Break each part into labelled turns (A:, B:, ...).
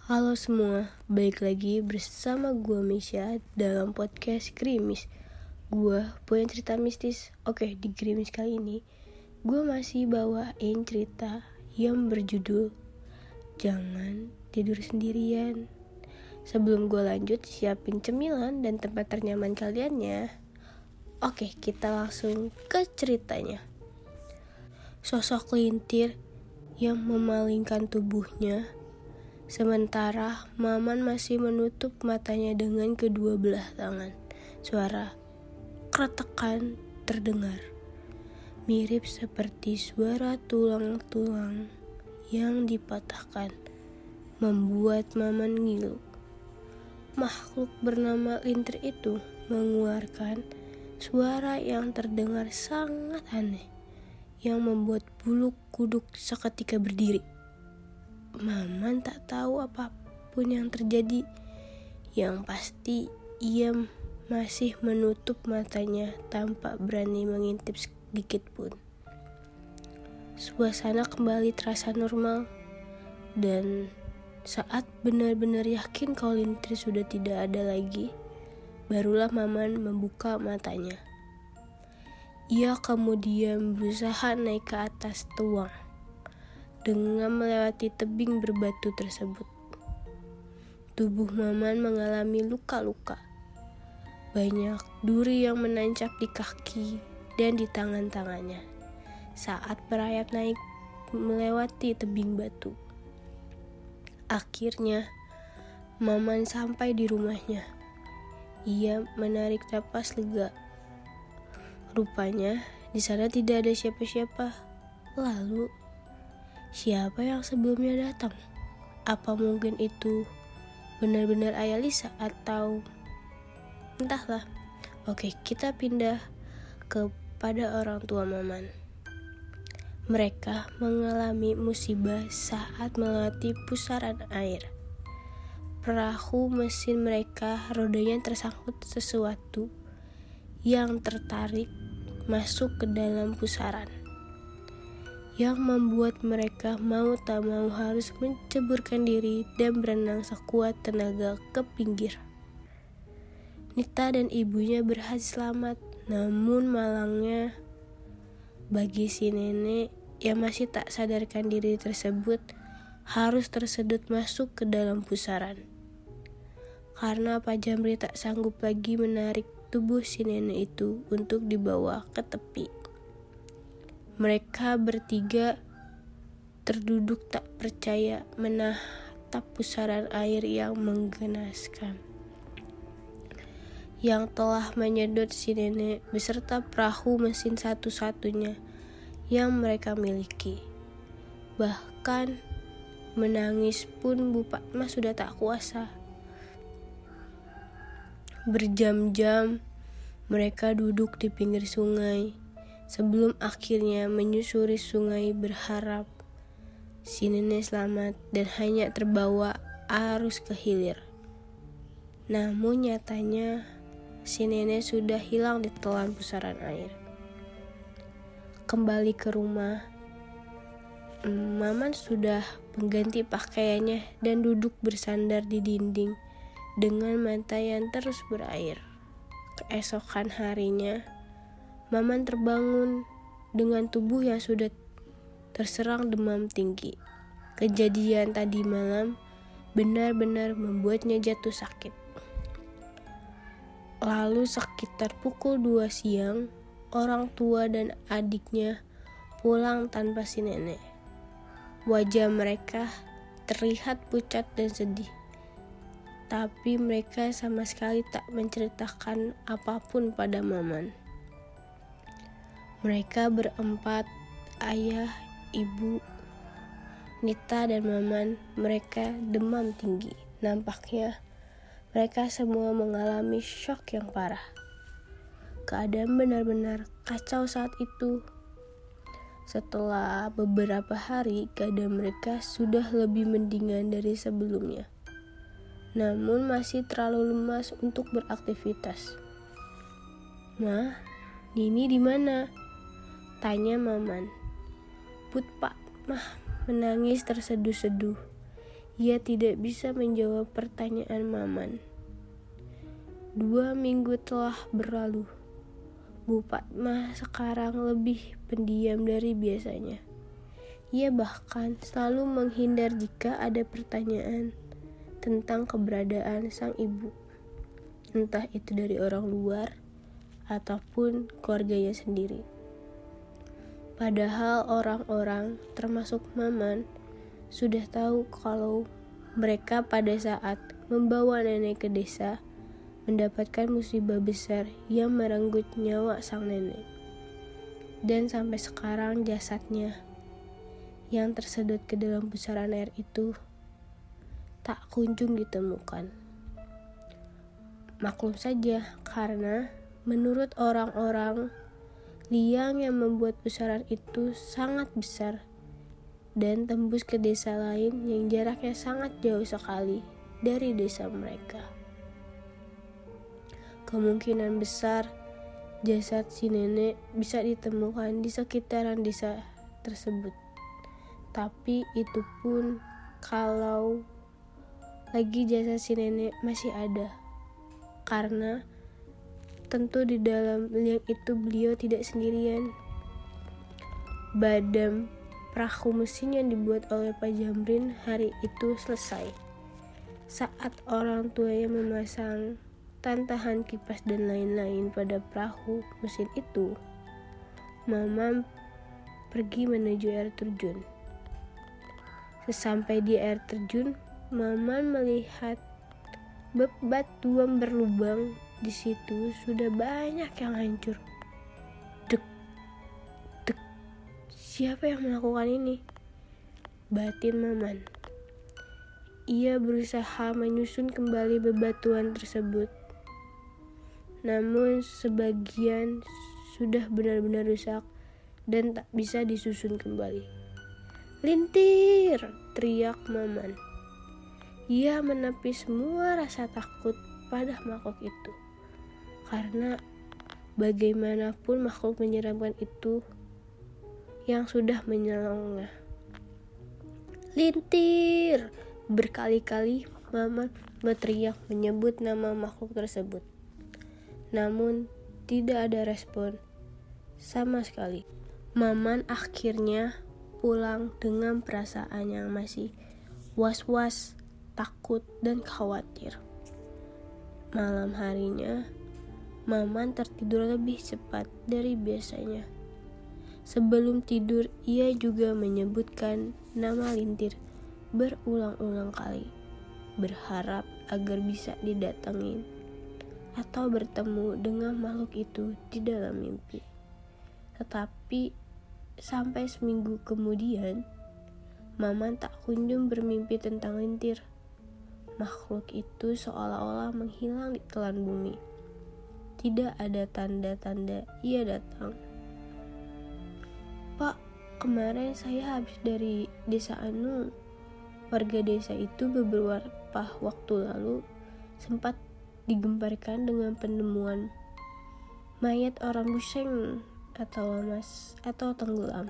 A: Halo semua, balik lagi bersama gue Misha dalam podcast Gerimis. Gue punya cerita mistis. Oke, di Gerimis kali ini gue masih bawain cerita yang berjudul Jangan Tidur Sendirian. Sebelum gue lanjut, siapin cemilan dan tempat ternyaman kalian ya. Oke, kita langsung ke ceritanya. Sosok lintir yang memalingkan tubuhnya, sementara Maman masih menutup matanya dengan kedua belah tangan. Suara kretakan terdengar, mirip seperti suara tulang-tulang yang dipatahkan, membuat Maman ngilu. Makhluk bernama lintir itu mengeluarkan suara yang terdengar sangat aneh, yang membuat bulu kuduk seketika berdiri. Maman tak tahu apapun yang terjadi. Yang pasti ia masih menutup matanya tanpa berani mengintip sedikit pun. Suasana kembali terasa normal, dan saat benar-benar yakin kalau lintir sudah tidak ada lagi, barulah Maman membuka matanya. Ia kemudian berusaha naik ke atas tuang dengan melewati tebing berbatu tersebut. Tubuh Maman mengalami luka-luka. Banyak duri yang menancap di kaki dan di tangan-tangannya saat merayap naik melewati tebing batu. Akhirnya, Maman sampai di rumahnya. Ia menarik napas lega. Rupanya, di sana tidak ada siapa-siapa. Lalu, siapa yang sebelumnya datang? Apa mungkin itu benar-benar Ayah Lisa atau entahlah. Oke, kita pindah kepada orang tua Maman. Mereka mengalami musibah saat melewati pusaran air. Perahu mesin mereka rodanya tersangkut sesuatu yang tertarik masuk ke dalam pusaran, yang membuat mereka mau tak mau harus menceburkan diri dan berenang sekuat tenaga ke pinggir. Nita dan ibunya berhasil selamat, namun malangnya bagi si nenek yang masih tak sadarkan diri tersebut harus tersedot masuk ke dalam pusaran. Karena Pak Jamri tak sanggup lagi menarik tubuh si nenek itu untuk dibawa ke tepi. Mereka bertiga terduduk tak percaya menatap pusaran air yang menggenaskan, yang telah menyedot si nenek beserta perahu mesin satu-satunya yang mereka miliki. Bahkan menangis pun Bu Fatma sudah tak kuasa. Berjam-jam mereka duduk di pinggir sungai sebelum akhirnya menyusuri sungai berharap si nenek selamat dan hanya terbawa arus ke hilir. Namun nyatanya si nenek sudah hilang di telan pusaran air. Kembali ke rumah, Maman sudah mengganti pakaiannya dan duduk bersandar di dinding dengan mata yang terus berair. Keesokan harinya, Maman terbangun dengan tubuh yang sudah terserang demam tinggi. Kejadian tadi malam benar-benar membuatnya jatuh sakit. Lalu sekitar pukul 2 siang, orang tua dan adiknya pulang tanpa si nenek. Wajah mereka terlihat pucat dan sedih. Tapi mereka sama sekali tak menceritakan apapun pada Maman. Mereka berempat, ayah, ibu, Nita dan Maman, mereka demam tinggi. Nampaknya mereka semua mengalami syok yang parah. Keadaan benar-benar kacau saat itu. Setelah beberapa hari, keadaan mereka sudah lebih mendingan dari sebelumnya, namun masih terlalu lemas untuk beraktivitas. "Ma, Nini di mana?" tanya Maman. Pak Mah menangis terseduh-seduh. ia tidak bisa menjawab pertanyaan Maman. 2 minggu telah berlalu. Bu Padma sekarang lebih pendiam dari biasanya. Ia bahkan selalu menghindar jika ada pertanyaan tentang keberadaan sang ibu. Entah itu dari orang luar ataupun keluarganya sendiri. Padahal orang-orang, termasuk Maman, sudah tahu kalau mereka pada saat membawa nenek ke desa mendapatkan musibah besar yang merenggut nyawa sang nenek. Dan sampai sekarang jasadnya yang tersedot ke dalam pusaran air itu tak kunjung ditemukan. Maklum saja, karena menurut orang-orang, liang yang membuat pusaran itu sangat besar dan tembus ke desa lain yang jaraknya sangat jauh sekali dari desa mereka. Kemungkinan besar jasad si nenek bisa ditemukan di sekitaran desa tersebut. Tapi itu pun kalau lagi jasad si nenek masih ada. Karena tentu di dalam liang itu beliau tidak sendirian. Badam perahu mesin yang dibuat oleh Pak Jamrin hari itu selesai. Saat orang tuanya memasang tantahan kipas dan lain-lain pada perahu mesin itu, Mama pergi menuju air terjun. Sesampai di air terjun, Mama melihat bebatuan berlubang. Di situ sudah banyak yang hancur. Dek, dek, siapa yang melakukan ini? Batin Maman. Ia berusaha menyusun kembali bebatuan tersebut. Namun sebagian sudah benar-benar rusak dan tak bisa disusun kembali. Lintir! Teriak Maman. Ia menepi semua rasa takut pada makhluk itu. Karena bagaimanapun makhluk menyeramkan itu yang sudah menyelongnya. Lintir! Berkali-kali Mama berteriak menyebut nama makhluk tersebut. Namun tidak ada respon sama sekali. Maman akhirnya pulang dengan perasaan yang masih was-was, takut, dan khawatir. Malam harinya, Maman tertidur lebih cepat dari biasanya. Sebelum tidur, ia juga menyebutkan nama Lintir berulang-ulang kali, berharap agar bisa didatengin atau bertemu dengan makhluk itu di dalam mimpi. Tetapi sampai seminggu kemudian, Maman tak kunjung bermimpi tentang Lintir. Makhluk itu seolah-olah menghilang di telan bumi. Tidak ada tanda-tanda ia datang. Pak, kemarin saya habis dari desa Anu. Warga desa itu beberapa waktu lalu sempat digemparkan dengan penemuan mayat orang buseng atau lemas atau tenggelam.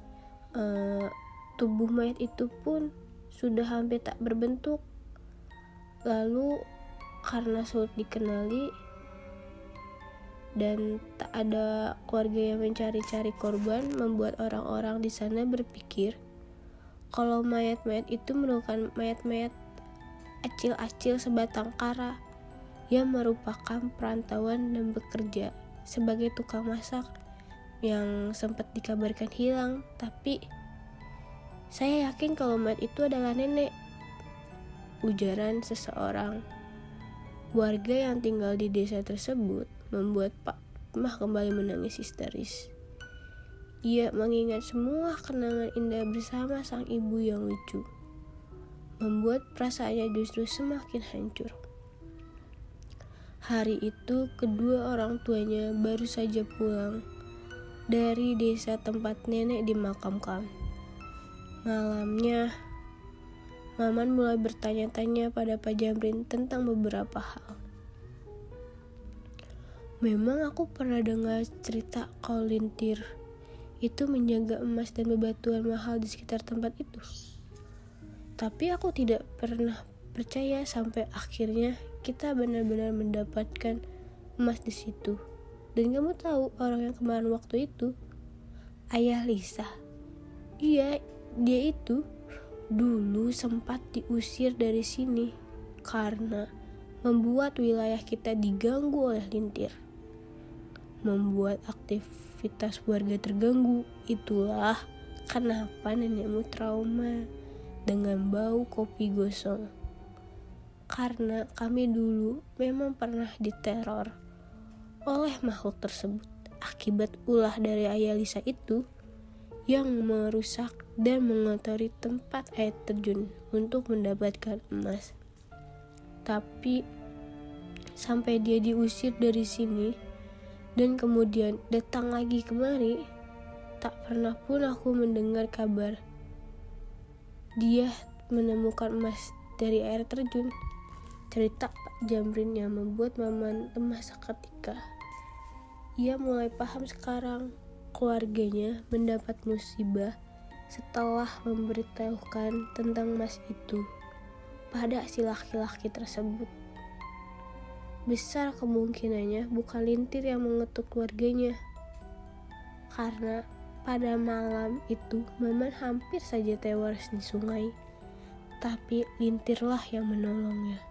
A: Tubuh mayat itu pun sudah hampir tak berbentuk. Lalu karena sulit dikenali dan tak ada keluarga yang mencari-cari korban, membuat orang-orang di sana berpikir kalau mayat-mayat itu merupakan mayat-mayat acil-acil sebatang kara yang merupakan perantauan dan bekerja sebagai tukang masak yang sempat dikabarkan hilang. Tapi saya yakin kalau mayat itu adalah nenek, ujaran seseorang warga yang tinggal di desa tersebut. Membuat Pak Mah kembali menangis histeris. Ia mengingat semua kenangan indah bersama sang ibu yang lucu, membuat perasaannya justru semakin hancur. Hari itu kedua orang tuanya baru saja pulang dari desa tempat nenek dimakamkan. Malamnya, Maman mulai bertanya-tanya pada Pak Jamrin tentang beberapa hal. Memang aku pernah dengar cerita kalau Lintir itu menjaga emas dan bebatuan mahal di sekitar tempat itu. Tapi aku tidak pernah percaya sampai akhirnya kita benar-benar mendapatkan emas di situ. Dan kamu tahu orang yang kemarin waktu itu, ayah Lisa. Iya, dia itu dulu sempat diusir dari sini karena membuat wilayah kita diganggu oleh lintir, membuat aktivitas warga terganggu. Itulah kenapa nenekmu trauma dengan bau kopi gosong. Karena kami dulu memang pernah diteror oleh makhluk tersebut akibat ulah dari ayah Lisa itu yang merusak dan mengotori tempat air terjun untuk mendapatkan emas. Tapi sampai dia diusir dari sini dan kemudian datang lagi kemari, tak pernah pun aku mendengar kabar dia menemukan emas dari air terjun. Cerita Pak Jamrin yang membuat Maman lemah seketika. Ia mulai paham sekarang keluarganya mendapat musibah setelah memberitahukan tentang emas itu pada si laki-laki tersebut. Besar kemungkinannya bukan lintir yang mengetuk keluarganya, karena pada malam itu Maman hampir saja tewas di sungai, tapi lintirlah yang menolongnya.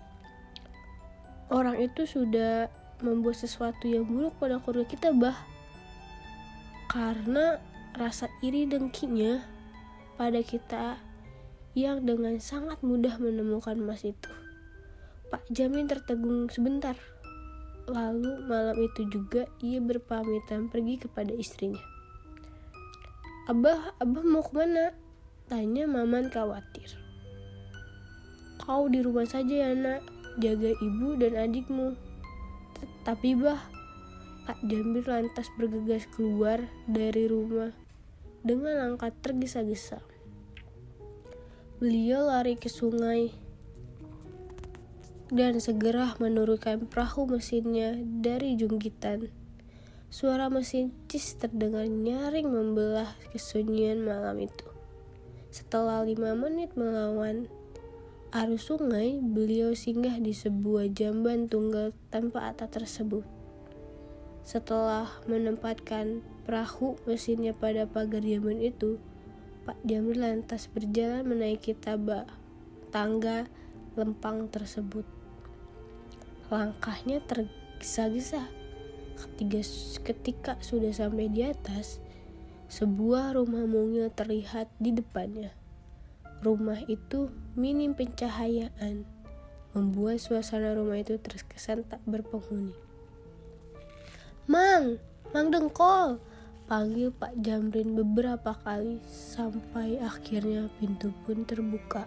A: Orang itu sudah membuat sesuatu yang buruk pada keluarga kita, Bah. Karena rasa iri dengkinya pada kita yang dengan sangat mudah menemukan emas itu. Pak Jamrin tertegun sebentar. Lalu malam itu juga ia berpamitan pergi kepada istrinya. Abah mau kemana? Tanya Maman khawatir. Kau di rumah saja ya nak, jaga ibu dan adikmu. Tapi Bah, Pak Jamrin lantas bergegas keluar dari rumah dengan langkah tergesa-gesa. Beliau lari ke sungai dan segera menurunkan perahu mesinnya dari jungkitan. Suara mesin cis terdengar nyaring membelah kesunyian malam itu. Setelah 5 menit melawan arus sungai, beliau singgah di sebuah jamban tunggal tanpa atap tersebut. Setelah menempatkan perahu mesinnya pada pagar jamban itu, Pak Jamrin lantas berjalan menaiki tangga lempang tersebut. Langkahnya tergesa-gesa. Ketika sudah sampai di atas, sebuah rumah mungil terlihat di depannya. Rumah itu minim pencahayaan, membuat suasana rumah itu terkesan tak berpenghuni. Mang Dengkol, panggil Pak Jamrin beberapa kali sampai akhirnya pintu pun terbuka.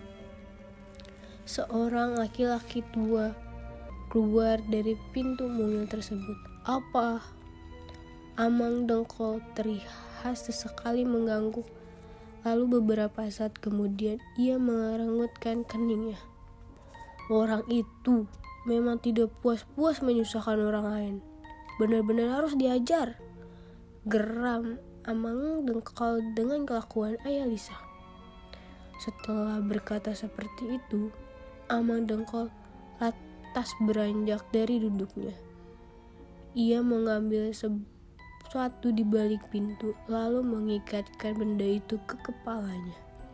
A: Seorang laki-laki tua keluar dari pintu mungil tersebut. Apa? Amang Dengkol terlihat sesekali mengganggu. Lalu beberapa saat kemudian ia merengutkan keningnya. Orang itu memang tidak puas-puas menyusahkan orang lain. Benar-benar harus diajar. Geram Amang Dengkol dengan kelakuan ayah Lisa. Setelah berkata seperti itu, Amang Dengkol lantas beranjak dari duduknya. Ia mengambil sesuatu di balik pintu, lalu mengikatkan benda itu ke kepalanya.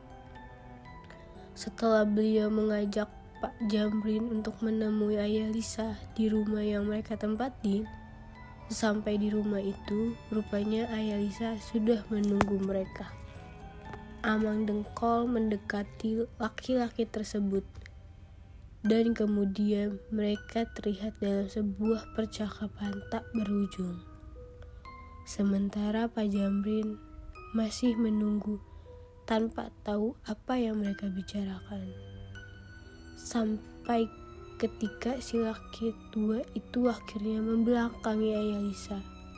A: Setelah beliau mengajak Pak Jamrin untuk menemui ayah Lisa di rumah yang mereka tempatin, sampai di rumah itu, rupanya ayah Lisa sudah menunggu mereka. Amang Dengkol mendekati laki-laki tersebut, dan kemudian mereka terlihat dalam sebuah percakapan tak berujung. Sementara Pak Jamrin masih menunggu tanpa tahu apa yang mereka bicarakan. Sampai ketika si laki tua itu akhirnya membelakangi ayah Lisa.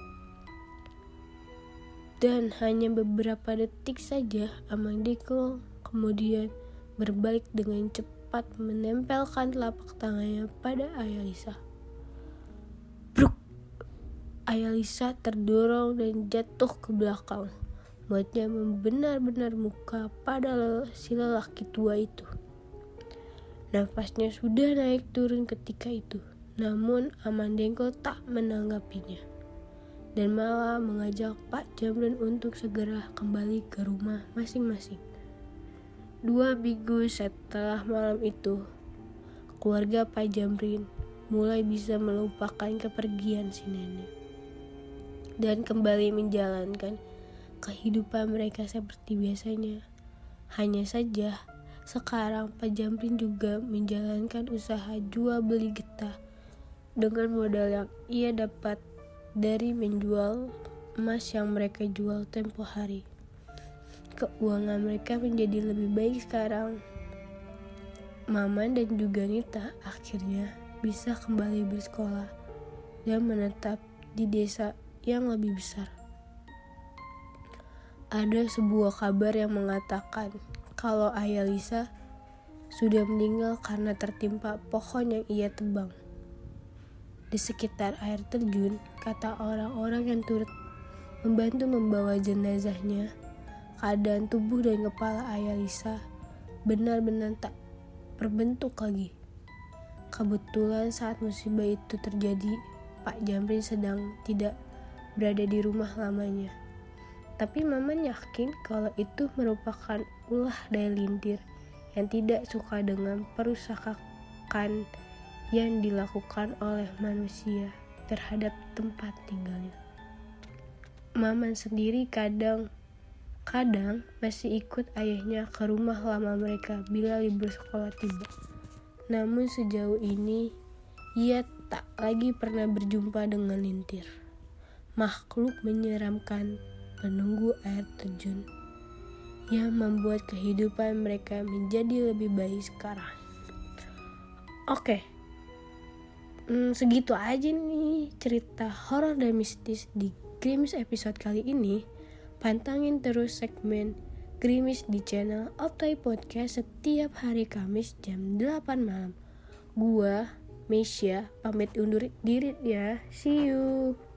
A: Dan hanya beberapa detik saja Amang Dengkol kemudian berbalik dengan cepat menempelkan telapak tangannya pada ayah Lisa. Bruk! Ayah Lisa terdorong dan jatuh ke belakang. buatnya benar-benar muka pada si lelaki tua itu. Nafasnya sudah naik turun ketika itu, namun Aman Dengkul tak menanggapinya dan malah mengajak Pak Jamrin untuk segera kembali ke rumah masing-masing. 2 minggu setelah malam itu, keluarga Pak Jamrin mulai bisa melupakan kepergian si nenek dan kembali menjalankan kehidupan mereka seperti biasanya. Hanya saja sekarang Pak Jamrin juga menjalankan usaha jual beli getah dengan modal yang ia dapat dari menjual emas yang mereka jual tempo hari. Keuangan mereka menjadi lebih baik sekarang. Maman dan juga Nita akhirnya bisa kembali bersekolah dan menetap di desa yang lebih besar. Ada sebuah kabar yang mengatakan kalau Ayah Lisa sudah meninggal karena tertimpa pohon yang ia tebang. Di sekitar air terjun, kata orang-orang yang turut membantu membawa jenazahnya, keadaan tubuh dan kepala Ayah Lisa benar-benar tak berbentuk lagi. Kebetulan saat musibah itu terjadi, Pak Jamrin sedang tidak berada di rumah lamanya. Tapi Maman yakin kalau itu merupakan ulah dari lintir yang tidak suka dengan perusakan yang dilakukan oleh manusia terhadap tempat tinggalnya. Maman sendiri kadang masih ikut ayahnya ke rumah lama mereka bila libur sekolah tiba. Namun sejauh ini ia tak lagi pernah berjumpa dengan lintir, makhluk menyeramkan penunggu air terjun yang membuat kehidupan mereka menjadi lebih baik sekarang. Oke, segitu aja nih cerita horor dan mistis di Gerimis episode kali ini. Pantangin terus segmen Gerimis di channel Optai Podcast setiap hari Kamis jam 8 malam. Gua, Meisya, pamit undur diri ya. See you.